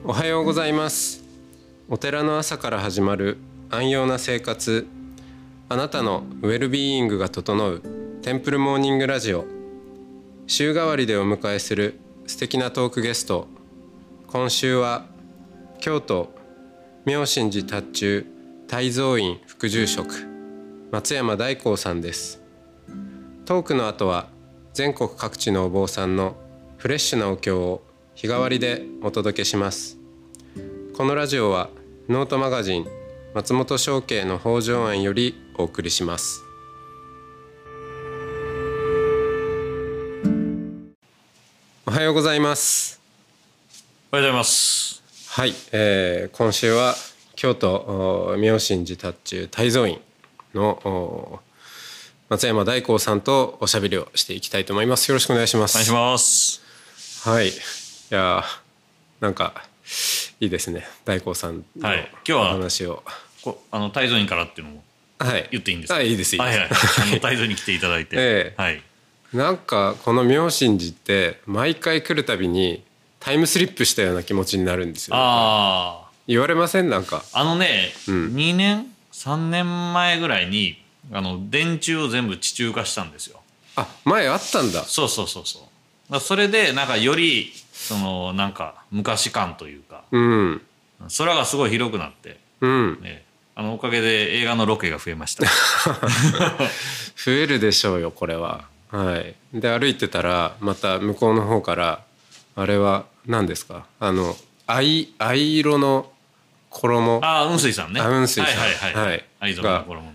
おはようございます。お寺の朝から始まる安養な生活、あなたのウェルビーイングが整うテンプルモーニングラジオ。週替わりでお迎えする素敵なトークゲスト。今週は京都妙心寺塔中泰蔵院副住職松山大光さんです。トークの後は全国各地のお坊さんのフレッシュなお経を日替わりでお届けします。このラジオはノートマガジン松本商家の北条庵よりお送りします。おはようございます。 おはようございます。 はい、今週は京都妙心寺塔中泰蔵院の松山大光さんとおしゃべりをしていきたいと思います。よろしくお願いします。 お願いします。 はい、いやなんかいいですね、大光さんのお話を、 泰蔵院からっていうのも言っていいんですか？ いいですいいです、 泰蔵院に来ていただいて、はい、 なんかこの妙心寺って毎回来るたびにタイムスリップしたような気持ちになるんですよ、ね。言われません？なんか 2年3年前ぐらいに電柱を全部地中化したんですよ。 前あったんだ。 そうそれでなんかよりなんか昔感というか、空がすごい広くなって、おかげで映画のロケが増えました。 増えるでしょうよこれは。はい。で歩いてたらまた向こうの方からあれは何ですか、藍色の衣。 雲水さんね。 雲水さん、 はい藍色の衣の、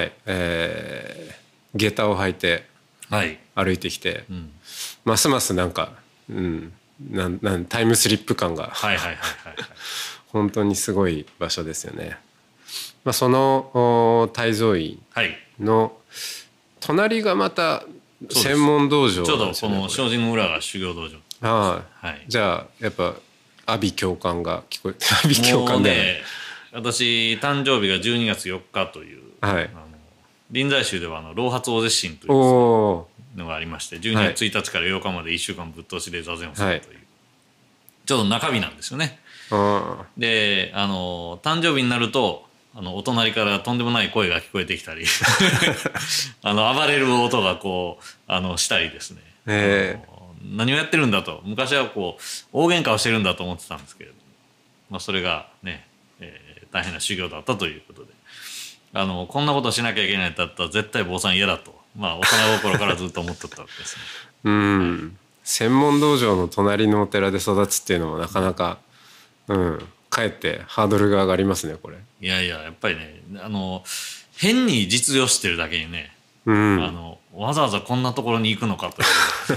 下駄を履いて歩いてきて、ますますなんか、タイムスリップ感が本当にすごい場所ですよね。その泰蔵院の隣がまた専門道場なんですよね。 ちょうどこの障子の裏が修行道場。 じゃあやっぱ阿鼻教官が聞こえて、阿鼻教官で、 私誕生日が12月4日という、臨済宗では老髪大絶神というのがありまして、12月1日から8日まで1週間ぶっ通しで座禅をするという、ちょうど中日なんですよね。で誕生日になるとお隣からとんでもない声が聞こえてきたり暴れる音がこうしたりですね、何をやってるんだと、昔はこう大喧嘩をしてるんだと思ってたんですけれども、それがね、大変な修行だったということで、こんなことしなきゃいけないんだったら絶対坊さん嫌だと、大人心からずっと思ってたわけですね。 専門道場の隣のお寺で育つっていうのもなかなか、かえってハードルが上がりますねこれ。 いややっぱりね、変に実用してるだけにね、わざわざこんなところに行くのかという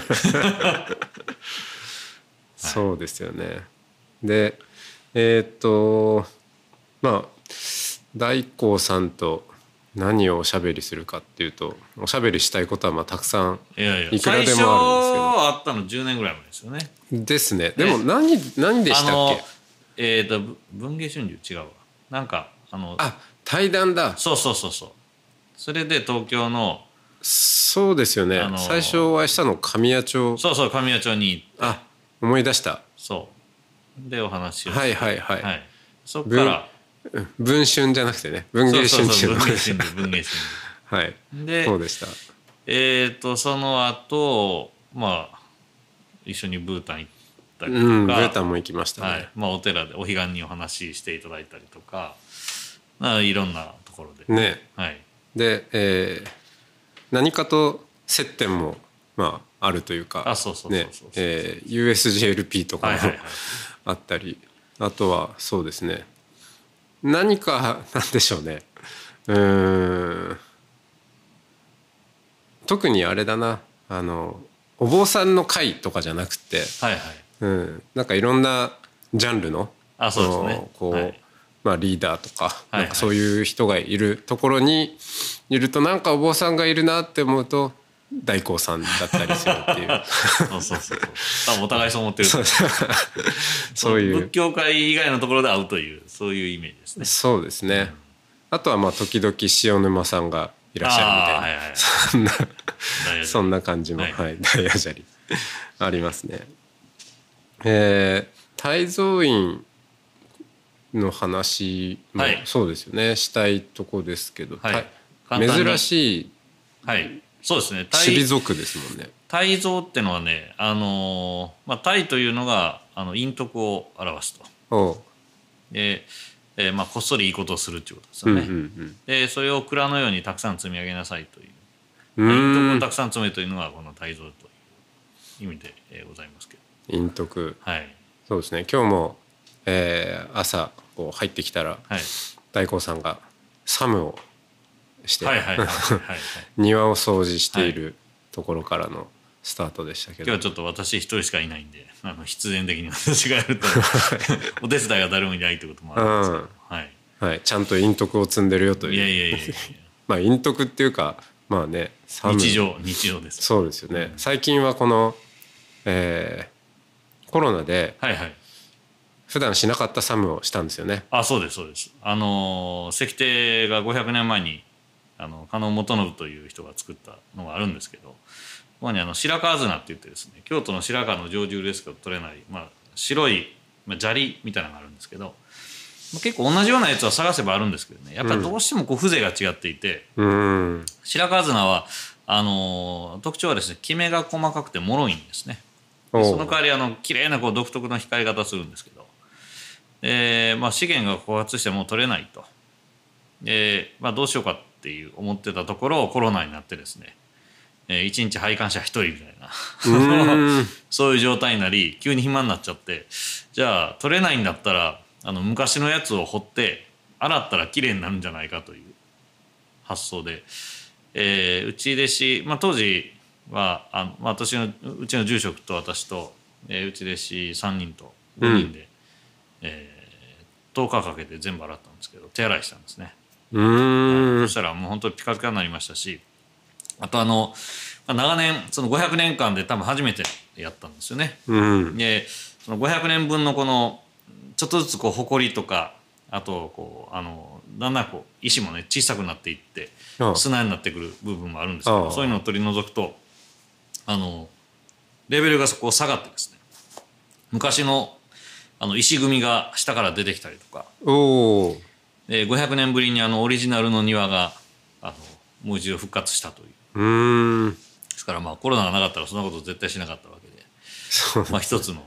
そうですよね。で大光さんと何をおしゃべりするかっていうと、おしゃべりしたいことはたくさんいくらでもあるんですけど、最初あったの10年ぐらい前ですよね。 ですね。でも何でしたっけ？ 文藝春秋違うわ。なんか対談だ。 そう。それで東京の、 そうですよね。最初お会いしたの神谷町。 そう神谷町に行って。 思い出した。 そうでお話をして、 そっから文春じゃなくてね、文藝春秋。 文藝春秋で、そうでした。 その後一緒にブータン行ったりとか、 ブータンも行きましたね。 お寺でお彼岸にお話ししていただいたりとか、いろんなところでね。で、何かと接点もあるというか、USJLP とかもあったり、あとはそうですね、何かなんでしょうね、特にあれだな、お坊さんの会とかじゃなくて、なんかいろんなジャンルのリーダーとか、なんかそういう人がいるところにいると、なんかお坊さんがいるなって思うと大光さんだったりするっていう。 多分お互いそう思ってる。そういう仏教界以外のところで会うという、そういうイメージですね。 そうですね。あとは時々塩沼さんがいらっしゃるみたいな、そんな感じも大アジャリありますね。泰蔵院の話もはいそうですよね、したいとこですけど、 はい珍しいはいそうですねシビ族ですもんね。 タイゾウってのはね、タイというのが陰徳を表すと。 おうで、こっそりいいことをするっていうことですよね。でそれを蔵のようにたくさん積み上げなさいという、陰徳をたくさん積めというのがこのタイゾウという意味でございますけど。 陰徳、 はい、 そうですね。今日も、朝こう入ってきたら、 はい、 大光さんがサムをして庭を掃除しているところからのスタートでしたけど、 今日はちょっと私一人しかいないんで必然的に私がやるとお手伝いが誰もいないってこともあるんですけど、はいはい、ちゃんと陰徳を積んでるよという。 いやまあ陰徳っていうかまあね、 日常です。 そうですよね、最近はこの、コロナで普段しなかったサムをしたんですよね。 そうです。石庭が500年前に加納元信という人が作ったのがあるんですけど、ここに白川砂って言ってですね、京都の白川の上流でしか取れない、白い砂利みたいなのがあるんですけど、結構同じようなやつは探せばあるんですけどね、やっぱりどうしても風情が違っていて、白川砂は特徴はですね、きめが細かくて脆いんですね。その代わり綺麗な独特の光り方するんですけど、資源が枯渇してもう取れないと。どうしようかって思ってたところコロナになってですね、1日拝観者1人みたいなそういう状態になり、急に暇になっちゃって、じゃあ取れないんだったら昔のやつを掘って洗ったらきれいになるんじゃないかという発想で、うち弟子、当時はうちの住職と私と、うち弟子3人と5人で、10日かけて全部洗ったんですけど、手洗いしたんですね。そしたらもう本当にピカピカになりましたし、あと長年その500年間で多分初めてやったんですよね。でその500年分のこのちょっとずつ埃とか、あとだんだん石もね小さくなっていって砂になってくる部分もあるんですけど、そういうのを取り除くとレベルが下がってですね、昔の石組みが下から出てきたりとか、500年ぶりにオリジナルの庭がもう一度復活したという。ですからコロナがなかったらそんなこと絶対しなかったわけで、一つの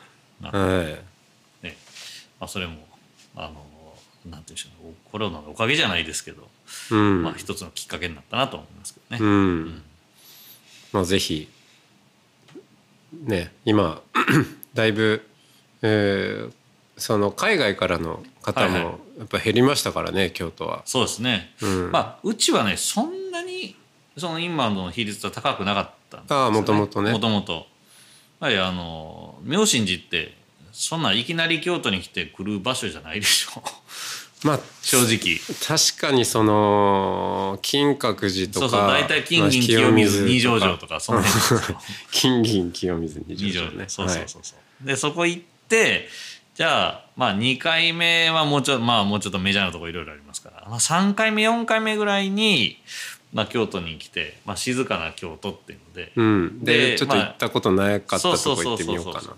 それもなんていうんでしょうね、コロナのおかげじゃないですけど、一つのきっかけになったなと思いますけどね。 ぜひね、今だいぶ、その海外からの方もやっぱ減りましたからね、京都は。 そうですね。うちはねそんなにその今の比率は高くなかったんですよね。もともとね。やはり妙心寺ってそんないきなり京都に来て来る場所じゃないでしょ正直。 確かにその金閣寺とか大体金銀清水二条城とかその辺ですよ金銀清水二条城ね。 そうでそこ行って、じゃあ2回目はもうちょっとメジャーなところいろいろありますから、3回目4回目ぐらいに京都に来て、静かな京都っていうので、 でちょっと行ったことなかったとこ行ってみようかな。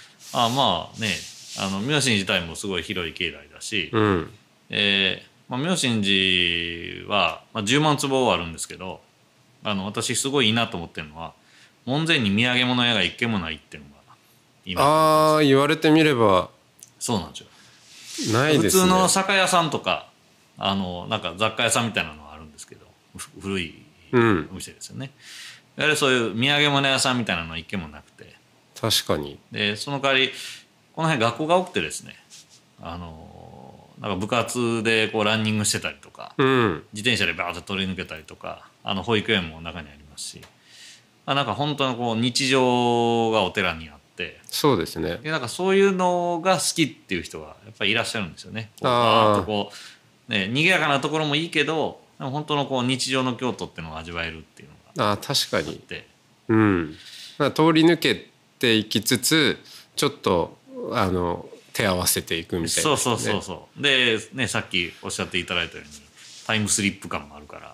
妙心自体もすごい広い境内だし、妙心寺は、10万坪あるんですけど、私すごいいいなと思ってるのは、門前に土産物屋が一軒もないっていうのがいいなと思ってます。 言われてみればそうなんですよ。 ないですね。 普通の酒屋さんとかなんか雑貨屋さんみたいなのはあるんですけど、古いお店ですよね。やはりそういう土産物屋さんみたいなのは一軒もなくて、 確かに。 でその代わりこの辺学校が多くてですね、なんか部活でランニングしてたりとか、自転車でバーッと通り抜けたりとか、保育園も中にありますし、なんか本当の日常がお寺にあって、 そうですね。 でなんかそういうのが好きっていう人がやっぱりいらっしゃるんですよね。賑やかなところもいいけど、でも本当の日常の京都っていうのを味わえるっていうのが確かに。通り抜けていきつつちょっと手合わせていくみたいな、ね、 そうで、さっきおっしゃっていただいたようにタイムスリップ感もあるから、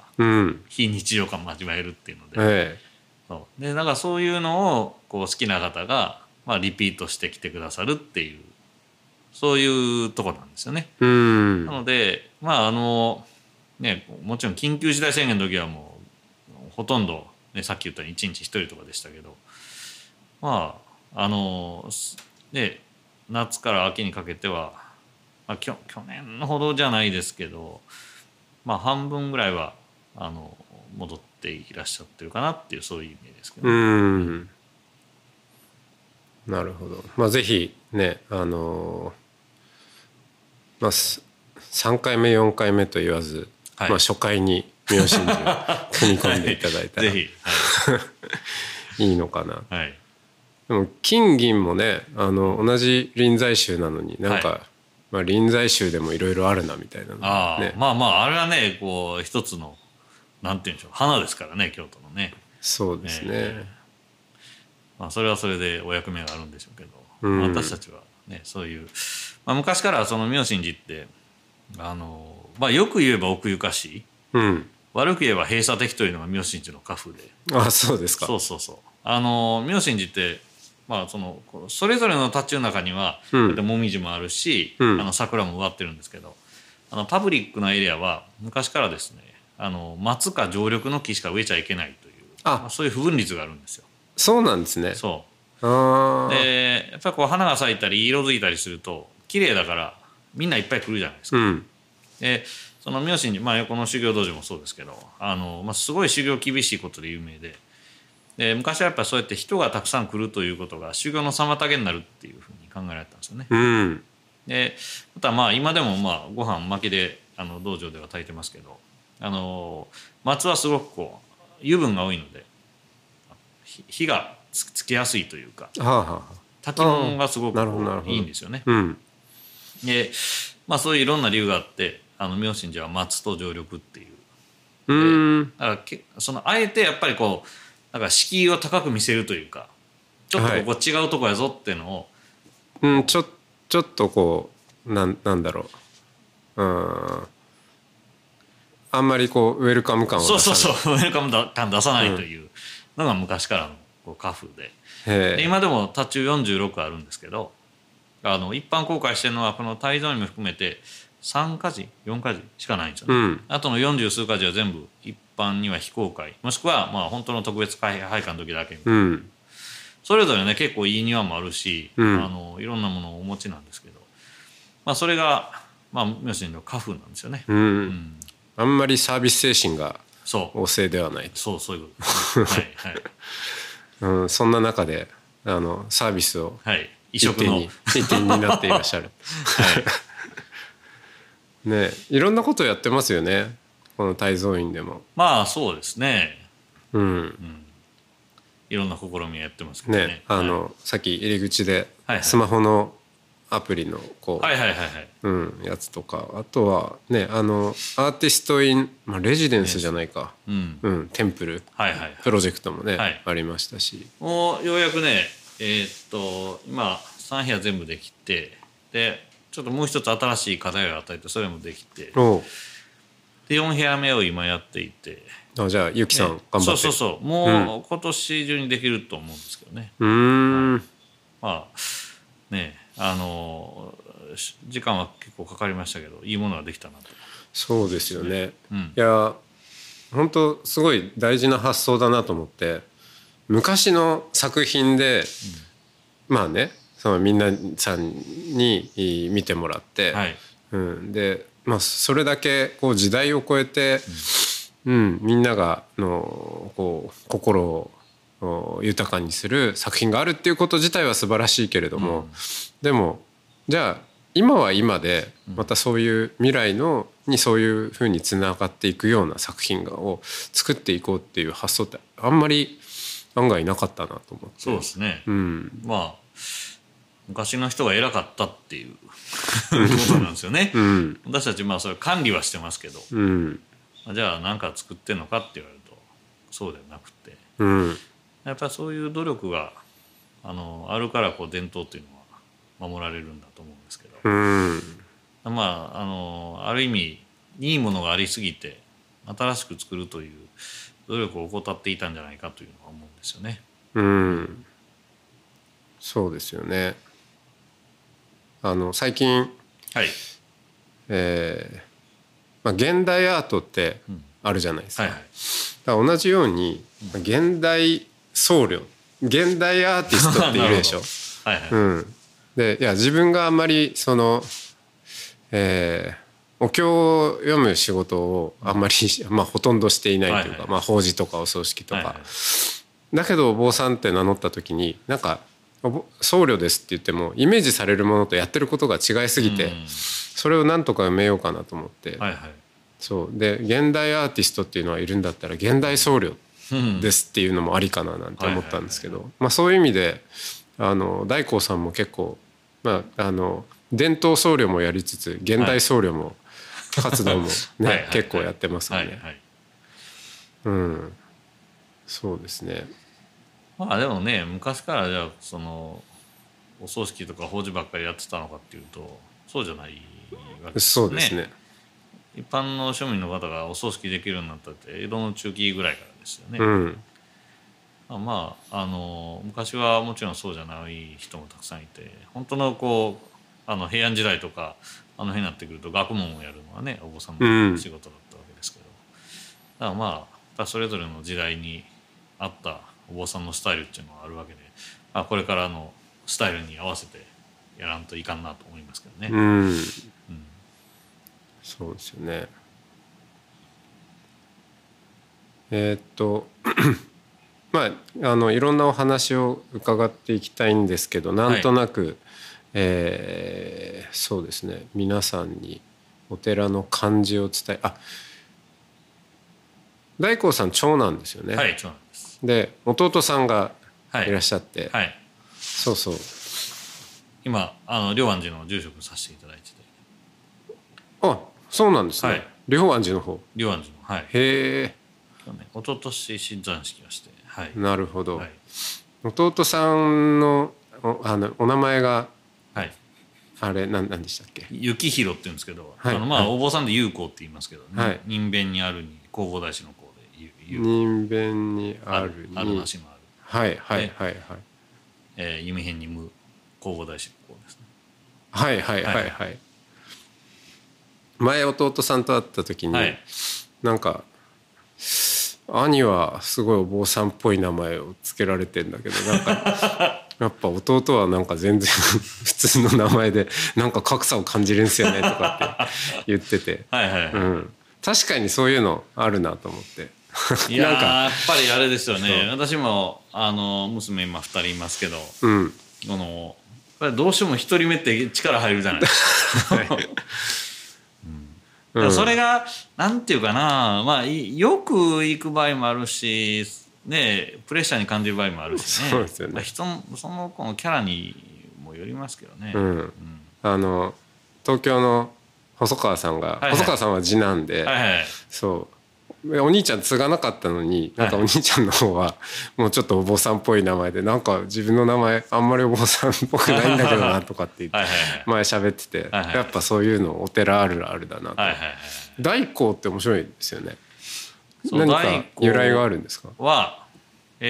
非日常感も味わえるっていうので、でなんかそういうのを好きな方が、リピートしてきてくださるっていう、 そういうとこなんですよね。 なのでまあね、もちろん緊急事態宣言の時はもうほとんど、ね、さっき言ったように1日1人とかでしたけど、まあで夏から秋にかけては、まあ、去年のほどじゃないですけど、まあ、半分ぐらいは戻っていらっしゃってるかなっていうそういう意味ですけど、ね、 なるほど。まあぜひねまあ3回目4回目と言わず、はい、まあ初回に妙心寺を組み込んでいただいたら、 ぜひ、 はい、いいのかな。 はい、 でも金銀もね同じ臨済宗なのになんか、はい、まあ、臨済宗でもいろいろあるなみたいなの、ね、 まああれはねこう一つのなんていうんでしょう花ですからね京都のね。 そうですね、 まあ、それはそれでお役目があるんでしょうけど、まあ、私たちはねそういう、まあ、昔からその妙心寺ってまあ、よく言えば奥ゆかしい、悪く言えば閉鎖的というのが妙心寺の家風で。 あ、そうですか。 そう妙心寺って、まあ、それぞれの塔の中にはもみじもあるし、桜も植わってるんですけどパブリックなエリアは昔からですね松か常緑の木しか植えちゃいけないという、まあ、そういう不分率があるんですよ。 そうなんですね。 そうでやっぱりこう花が咲いたり色づいたりすると綺麗だからみんないっぱい来るじゃないですか。でその妙心寺、まあ、横の修行道場もそうですけどまあ、すごい修行厳しいことで有名で昔はやっぱりそうやって人がたくさん来るということが修行の妨げになるっていうふうに考えられたんですよね。でまたまあ今でもまあご飯薪で道場では炊いてますけど松はすごくこう油分が多いので火がつきやすいというか炊き物がすごくいいんですよね。でまあそういういろんな理由があって妙心寺は松と常緑っていう。だからあえてやっぱりこうだから敷居を高く見せるというかちょっとここ違うとこやぞっていうのを、 ちょっとこうなんだろうあんまりこうウェルカム感を出さない。 そうウェルカム感出さないというのが昔からのこう家風で今でも塔中46あるんですけど一般公開してるのはこの泰蔵院も含めて3か寺4か寺しかないんですよね。あとの40数か寺は全部一般には非公開もしくはまあ本当の特別拝観の時だけみたいな、それぞれね結構いい庭もあるし、いろんなものをお持ちなんですけど、まあ、それがまあ妙心の家風なんですよね。 あんまりサービス精神が旺盛ではない。 そういうことですね。はいそんな中でサービスを一点になっていらっしゃる。ね、いろんなことやってますよねこの泰蔵院でも。 まあそうですね。いろんな試みやってますけどね。 さっき入り口でスマホのアプリのこうやつとか、あとはねアーティストイン、まあ、レジデンスじゃないか、テンプルプロジェクトもね、ありましたし、 もうようやくね今3部屋全部できてでちょっともう一つ新しい課題を与えてそれもできてで4部屋目を今やっていて。 じゃあゆきさん頑張って。 そうもう今年中にできると思うんですけどね。まあね時間は結構かかりましたけどいいものができたなと。 そうですよね。いや本当すごい大事な発想だなと思って、昔の作品で、まあねそのみんなさんに見てもらって、で、まあ、それだけこう時代を超えて、みんながこう心を豊かにする作品があるっていうこと自体は素晴らしいけれども、でもじゃあ今は今でまたそういう未来にそういうふうにつながっていくような作品を作っていこうっていう発想ってあんまり案外なかったなと思って。 そうですね。まあ昔の人が偉かったっていうことなんですよね。私たちまあそれ管理はしてますけど、じゃあ何か作ってんのかって言われるとそうではなくて、やっぱりそういう努力があるからこう伝統っていうのは守られるんだと思うんですけど、まあある意味いいものがありすぎて新しく作るという努力を怠っていたんじゃないかというのは思うんですよね。 そうですよね。 最近、 はい現代アートってあるじゃないですか。 はいはい、 だから同じように現代僧侶、現代アーティストっているでしょ。 はいはい、 うん、でいや自分があんまりその、お経を読む仕事をあんまり、ほとんどしていないというか、 はいはい、 法事とかお葬式とか、 はいはい、 だけどお坊さんって名乗った時になんか僧侶ですって言ってもイメージされるものとやってることが違いすぎて、それをなんとか埋めようかなと思って、 はいはい、 そうで現代アーティストっていうのはいるんだったら現代僧侶ですっていうのもありかななんて思ったんですけど、そういう意味で大光さんも結構、伝統僧侶もやりつつ現代僧侶も活動もね、はい、結構やってますよね。はいはい、うん、そうですね。 でもね、昔からじゃあそのお葬式とか法事ばっかりやってたのかっていうとそうじゃないわけですね。 そうですね。 一般の庶民の方がお葬式できるようになったって江戸の中期ぐらいからですよね。 うん、 昔はもちろんそうじゃない人もたくさんいて、本当のこう平安時代とか辺になってくると学問をやるのはねお坊さんの仕事だったわけですけど、だからそれぞれの時代に合ったお坊さんのスタイルっていうのがあるわけで、これからのスタイルに合わせてやらんといかんなと思いますけどね。 そうですよね。いろんなお話を伺っていきたいんですけど、なんとなく、そうですね、皆さんにお寺の感じを伝え、大光さん長男ですよね。 はい、長男です。 で弟さんがいらっしゃって、 はい、 そうそう、今龍安寺の住職させていただいてて。 そうなんですね。はい、龍安寺の方。 龍安寺の、はい。 へえ。 一昨年新山式をして、はい、 なるほど。はい、弟さんのお名前が、 はい、 あれ何でしたっけ？ 幸宏って言うんですけど、 はい、 お坊さんで友好って言いますけど、ね、はい、人弁にあるに弘法大師の弘で人弁にあるにあるなしのある、 はいはいはいはい、 弓辺に無弘法大師の弘ですね。 はいはいはいはい。前弟さんと会った時に、はい、なんか兄はすごいお坊さんっぽい名前をつけられてんだけど、なんかやっぱ弟はなんか全然普通の名前でなんか格差を感じるんですよねとかって言ってて、 はいはいはい、うん、 確かにそういうのあるなと思って。 いややっぱりあれですよね。私も娘今2人いますけど、うん、やっぱりどうしても1人目って力入るじゃないですか。はいそれがなんていうかな、よく行く場合もあるし、ね、プレッシャーに感じる場合もあるしね。 そうですよね。 その子のキャラにもよりますけどね。 東京の細川さんが、細川さんは次男で、そうお兄ちゃん継がなかったのに、なんかお兄ちゃんの方はもうちょっとお坊さんっぽい名前で、なんか自分の名前あんまりお坊さんっぽくないんだけどなとかって言って前喋ってて、やっぱそういうのお寺あるあるだなと。大光って面白いですよね。何か由来があるんですか？ う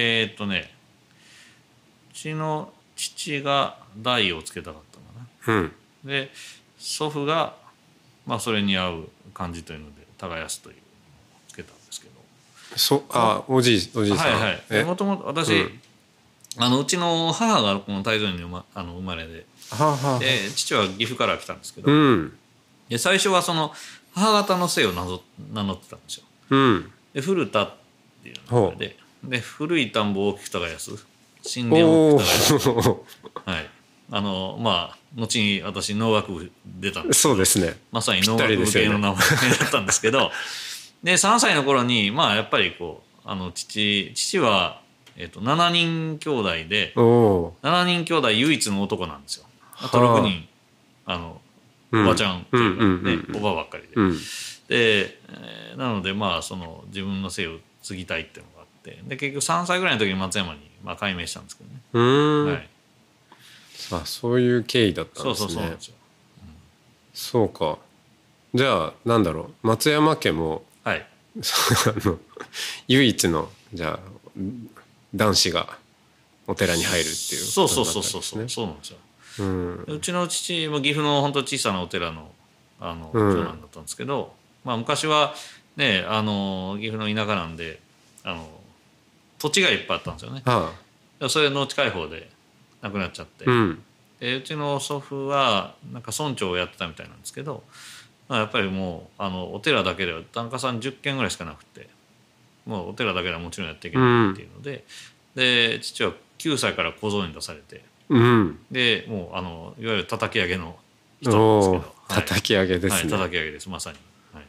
ちの父が大をつけたかったのかな。で祖父がそれに合う漢字というので耕というつけたんですけど、おじいさん、はいはい、もともと私、うちの母がこの泰造に生まれで、父は岐阜から来たんですけど、で最初はその母方の姓を名乗ってたんですよ。で古田っていうので古い田んぼを大きく耕す、神殿を大きく耕す、はい、後に私農学部出たんですけど、そうですね、まさに農学部系の名前だったんですけど、で3歳の頃にやっぱりこう父は、7人兄弟で7人兄弟唯一の男なんですよ。あと6人おばちゃんっていうかね、おばばっかりで、なのでその自分の姓を継ぎたいっていうのがあって、で結局3歳ぐらいの時に松山に改名したんですけどね。はい、 そういう経緯だったんですね。そうなんですよ。そうか。じゃあなんだろう、松山家も、はい、唯一のじゃあ男子がお寺に入るっていう、 そうなんですよ。 うちの父も岐阜の本当小さなお寺の長男だったんですけど、昔はね岐阜の田舎なんで土地がいっぱいあったんですよね。それ農地開放でなくなっちゃって、でうちの祖父はなんか村長をやってたみたいなんですけど、やっぱりもうお寺だけでは檀家さん10軒ぐらいしかなくて、もうお寺だけではもちろんやっていけないっていうので、で父は9歳から小僧に出されて、でもういわゆる叩き上げの人なんですけど、 叩き上げですね。 叩き上げですまさに。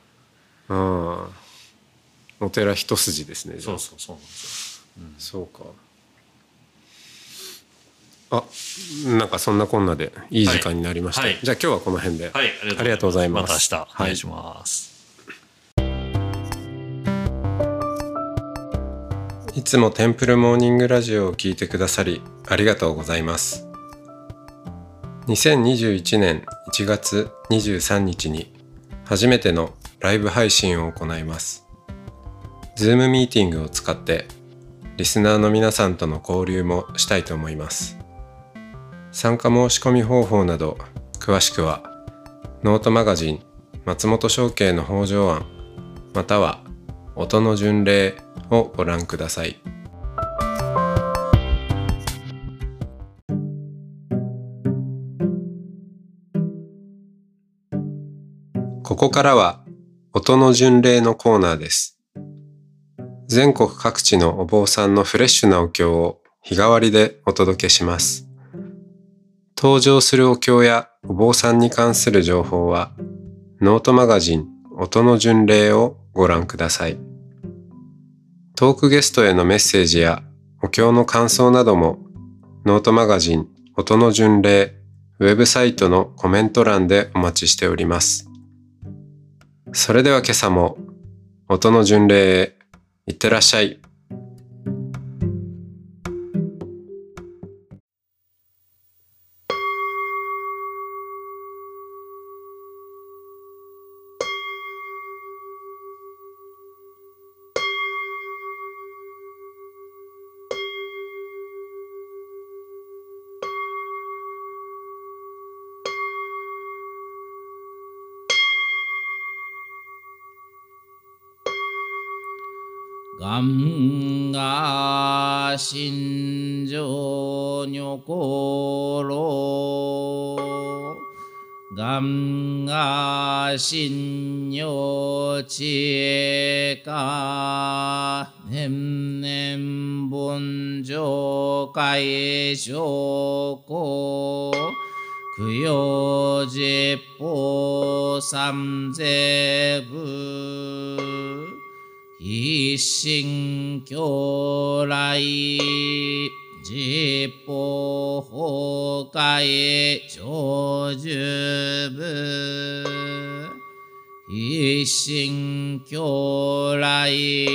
お寺一筋ですね。 そうなんですよ。 そうか。なんかそんなこんなでいい時間になりました。じゃあ今日はこの辺で。 ありがとうございます。また明日お願いします。 いつもテンプルモーニングラジオを聞いてくださりありがとうございます。2021年1月23日に初めてのライブ配信を行います。Zoom ミーティングを使ってリスナーの皆さんとの交流もしたいと思います。参加申し込み方法など詳しくはノートマガジン松本商家の北条案または音の巡礼をご覧ください。ここからは音の巡礼のコーナーです。全国各地のお坊さんのフレッシュなお経を日替わりでお届けします。登場するお経やお坊さんに関する情報はノートマガジン音の巡礼をご覧ください。トークゲストへのメッセージやお経の感想などもノートマガジン音の巡礼ウェブサイトのコメント欄でお待ちしております。それでは今朝も音の巡礼へいってらっしゃい。 願が心情女心願が心女知恵か年々凡上海上皇供養十法三世部一心教来十法法界長寿部一心教来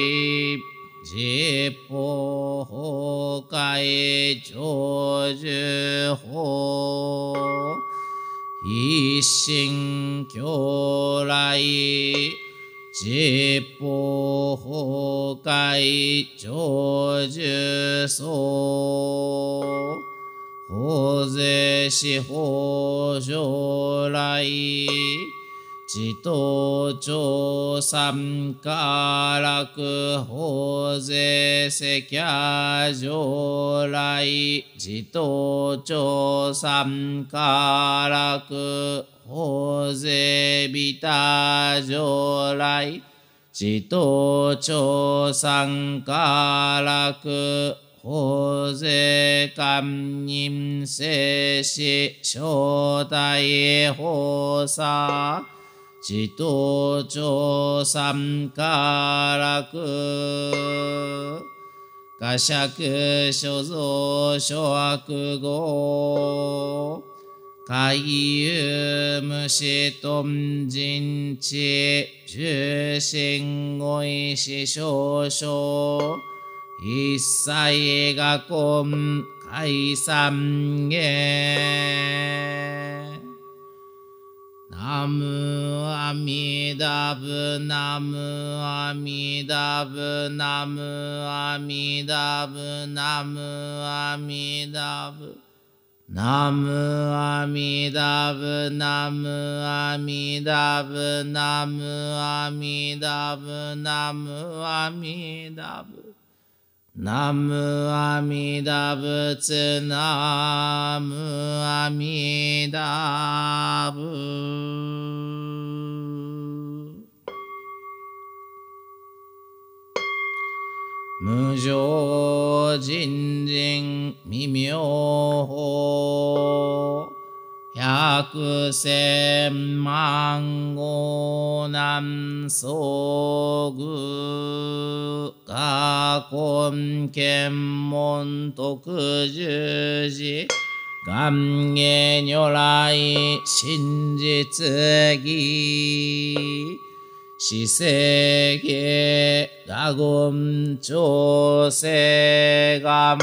十法法界長寿法一心教来十法法界長寿僧法税司法上来自頭長三家楽法税石家上来自頭長三家楽法税ビタ上来自頭長三家楽法税官人生死正体法差自頭長三家楽河釈所蔵諸悪語海遊無視頓人知重心語意思少々一切が根解散へナムアミダブナムアミダブナムアミダブナムアミダブナムアミダブナムアミダブナムアミダブナムアミダブナムアミダブツナムアミダブ無常人人未妙法百千万号南遭遇過根検問徳十字願下如来真実義死生下我言調整願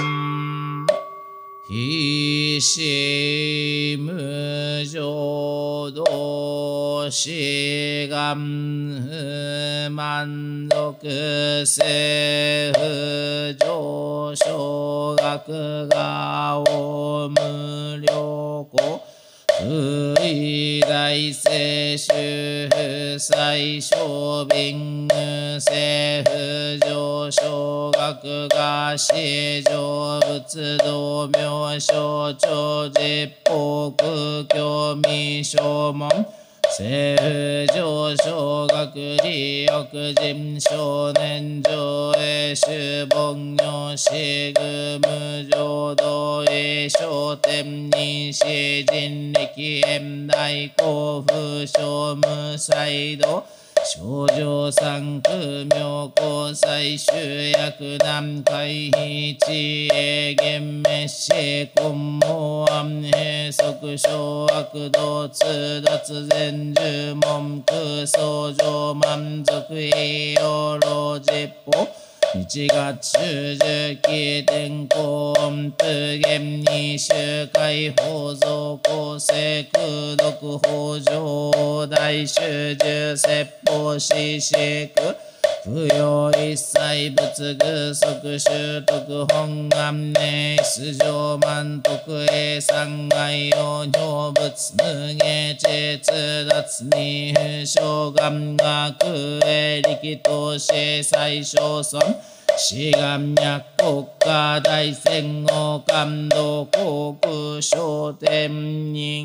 非死無常道志願不満足性不上昇学がお無量故不意大聖主不最小便性不上昇学が至上仏道明称長実法空教未正門性不上昇学利欲人少年上映主凡行死具無常道へ昇天に死人力縁大幸福小無才道少女三苦妙高最終薬難回避知恵厳滅死根毛暗閉塞小悪道通達全十文空相乗満足栄養老実法一月中十期天候音符厳二周回法蔵公正空毒法上大衆十説法四四苦不要一切仏具即習徳本願名出上満徳栄三害用尿仏無下知通達二不小願学栄力投資最小損志願脈国家大戦後感動航空商天人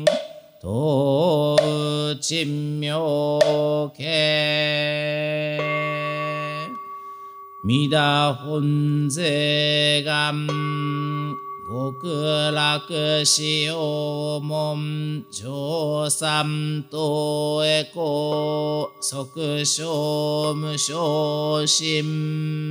東珍妙慶弥陀本税願極楽使用門上三等へ行即小無小心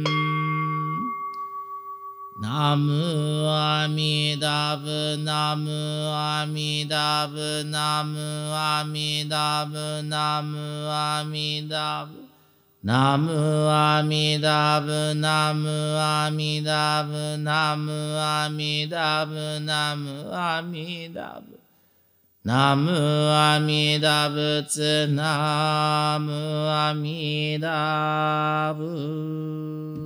ナムアミダブナムアミダブナムアミダブナムアミダブナムアミダブナムアミダブナムアミダブナムアミダブナムアミダブツナムアミダブ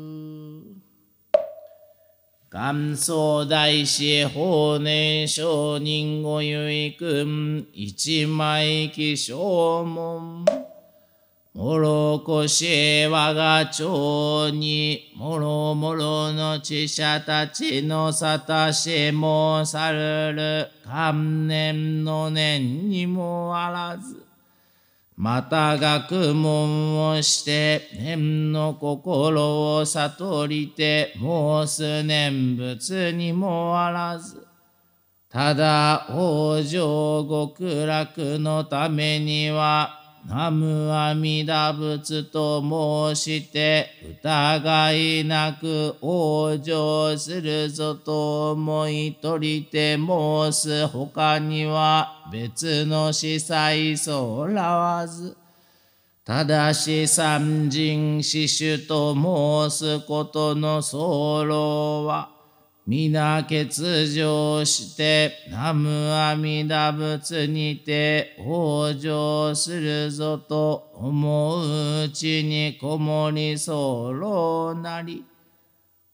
願相大師法然上人ご結君一枚起正門もろこし我が町にもろもろの知者たちのさたしもさるる観念の念にもあらずまた学問をして念の心を悟りて申す念仏にもあらずただ往生極楽のためにはナムアミダ仏と申して疑いなく往生するぞと思い取りて申すほかには別の司祭そうらわずただし三人四種と申すことの僧侶は皆欠場してナムアミダ仏にて往生するぞと思ううちにこもり候なり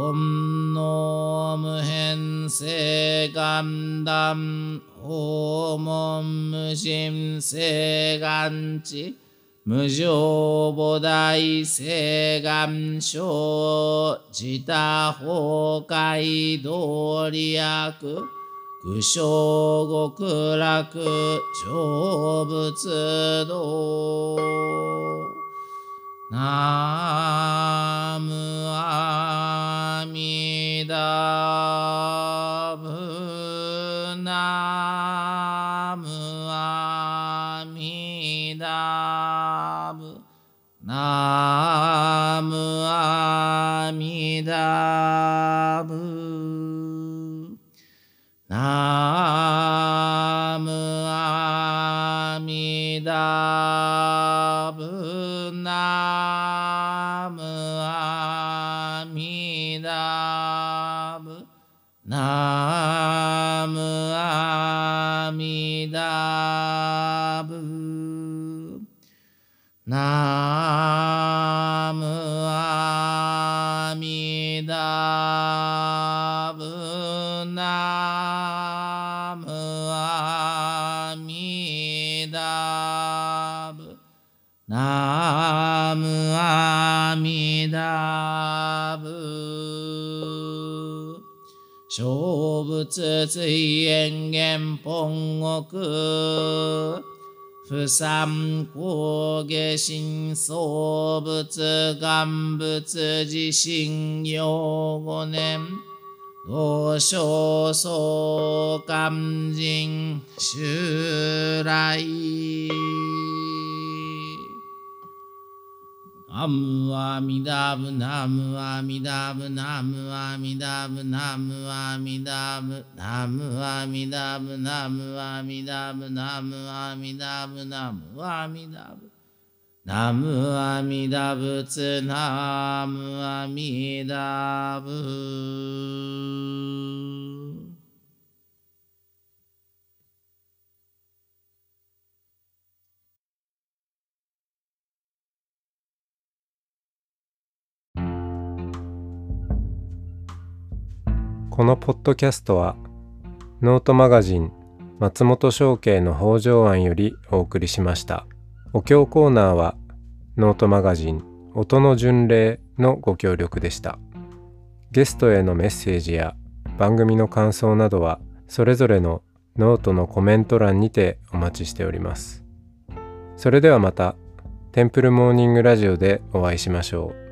煩悩無変性願断訪問無心性願知無常菩提性願生自他崩壊道理悪苦笑極楽成仏道ナムアミダブナムアミダブナムアミダブナムアミダブナムアミダブナムアミダブナムアミダブナムアミダブナムアミダブ小仏随縁元本国不三高下心相仏願仏自身用5年同生相勧人襲来ナムアミダブナムアミダブナムアミダブナムアミダブナムアミダブナムアミダブナムアミダブナムアミダブナムアミダブツナムアミダブこのポッドキャストはノートマガジン松本正慶の北条庵よりお送りしました。お経コーナーはノートマガジン音の巡礼のご協力でした。ゲストへのメッセージや番組の感想などはそれぞれのノートのコメント欄にてお待ちしております。それではまたテンプルモーニングラジオでお会いしましょう。